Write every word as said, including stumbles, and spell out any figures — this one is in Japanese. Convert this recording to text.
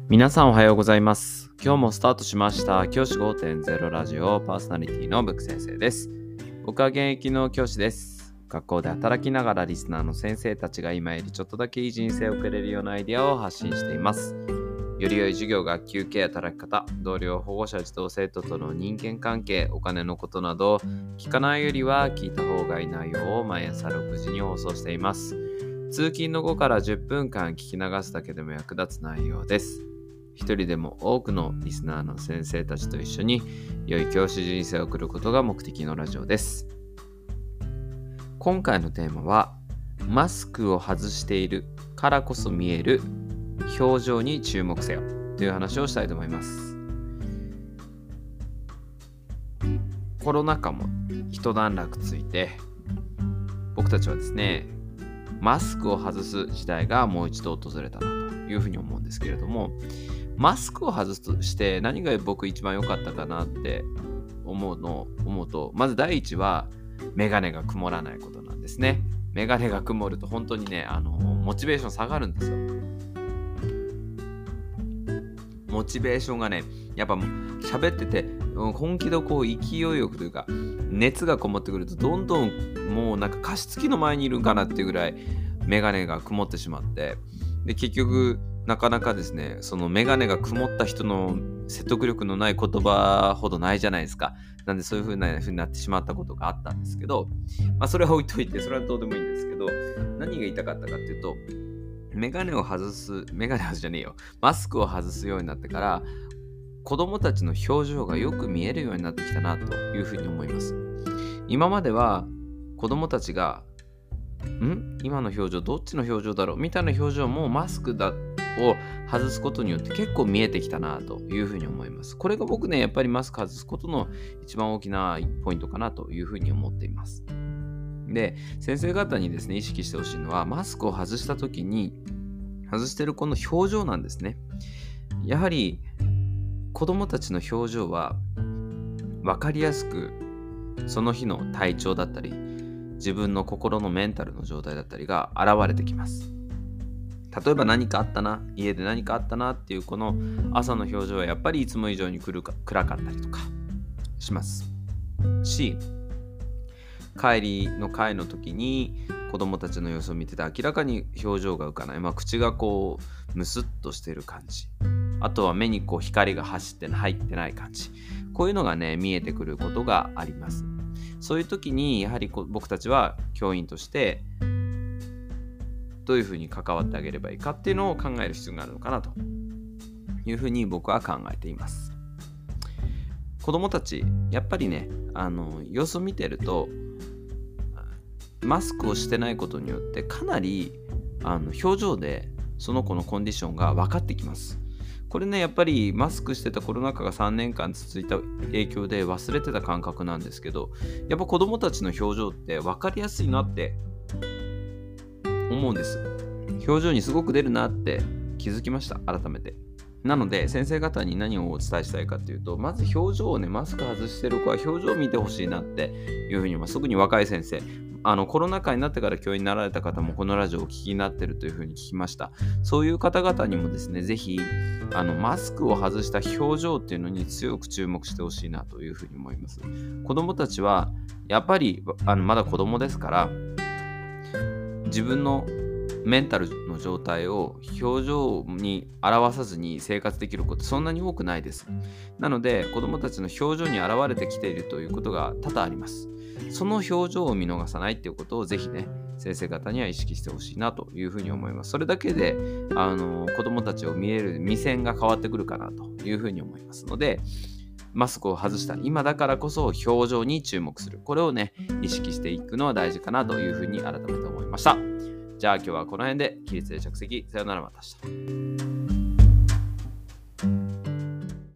皆さんおはようございます。今日もスタートしました教師 ごてんゼロ ラジオパーソナリティのブック先生です。僕は現役の教師です。学校で働きながらリスナーの先生たちが今よりちょっとだけいい人生を送れるようなアイデアを発信しています。より良い授業、学級経営、働き方、同僚、保護者、児童生徒との人間関係、お金のことなど聞かないよりは聞いた方がいい内容を毎朝ろくじに放送しています。通勤の後からじゅっぷんかん聞き流すだけでも役立つ内容です。一人でも多くのリスナーの先生たちと一緒に良い教師人生を送ることが目的のラジオです。今回のテーマは、マスクを外しているからこそ見える表情に注目せよという話をしたいと思います。コロナ禍も一段落ついて、僕たちはですね、マスクを外す時代がもう一度訪れたなというふうに思うんですけれども、マスクを外すとして何が僕一番良かったかなって思うの思うと、まず第一はメガネが曇らないことなんですね。メガネが曇ると本当にね、あのモチベーション下がるんですよ。モチベーションがね、やっぱ喋ってて本気でこう勢いよくというか熱がこもってくると、どんどんもうなんか加湿器の前にいるんかなっていうぐらいメガネが曇ってしまって、で結局なかなかですね、そのメガネが曇った人の説得力のない言葉ほどないじゃないですか。なんでそういう風な風になってしまったことがあったんですけど、まあそれは置いといて、それはどうでもいいんですけど、何が言いたかったかっていうと、メガネを外す、メガネ外すじゃねえよ、マスクを外すようになってから、子供たちの表情がよく見えるようになってきたなというふうに思います。今までは子供たちがん今の表情どっちの表情だろうみたいな表情もマスクだを外すことによって結構見えてきたなというふうに思います。これが僕ね、やっぱりマスク外すことの一番大きなポイントかなというふうに思っています。で、先生方にですね、意識してほしいのは、マスクを外した時に外してるこの表情なんですね。やはり子供たちの表情は分かりやすくその日の体調だったり、自分の心のメンタルの状態だったりが現れてきます。例えば何かあったな、家で何かあったなっていうこの朝の表情はやっぱりいつも以上に暗かったりとかしますし、帰りの会の時に子供たちの様子を見てて明らかに表情が浮かない、まあ、口がこうムスッとしている感じ、あとは目にこう光が走って入ってない感じ、こういうのがね見えてくることがあります。そういう時にやはりこ僕たちは教員としてどういうふうに関わってあげればいいかっていうのを考える必要があるのかなというふうに僕は考えています。子供たちやっぱりね、あの様子を見てるとマスクをしてないことによってかなりあの表情でその子のコンディションが分かってきます。これね、やっぱりマスクしてたコロナ禍がさんねんかん続いた影響で忘れてた感覚なんですけど、やっぱ子供たちの表情って分かりやすいなって思うんです。表情にすごく出るなって気づきました、改めて。なので先生方に何をお伝えしたいかっていうと、まず表情をね、マスク外してる子は表情を見てほしいなっていうふうに、まあ、特に若い先生、あのコロナ禍になってから教員になられた方もこのラジオをお聞きになっているというふうに聞きました。そういう方々にもですね、ぜひあのマスクを外した表情っていうのに強く注目してほしいなというふうに思います。子供たちはやっぱりあのまだ子供ですから、自分のメンタルの状態を表情に表さずに生活できることそんなに多くないです。なので子どもたちの表情に現れてきているということが多々あります。その表情を見逃さないっていうことをぜひね、先生方には意識してほしいなというふうに思います。それだけであの子どもたちを見える目線が変わってくるかなというふうに思いますので、マスクを外した今だからこそ表情に注目する、これをね意識していくのは大事かなというふうに改めて思いました。じゃあ今日はこの辺で。起立で着席。さよなら、また明日。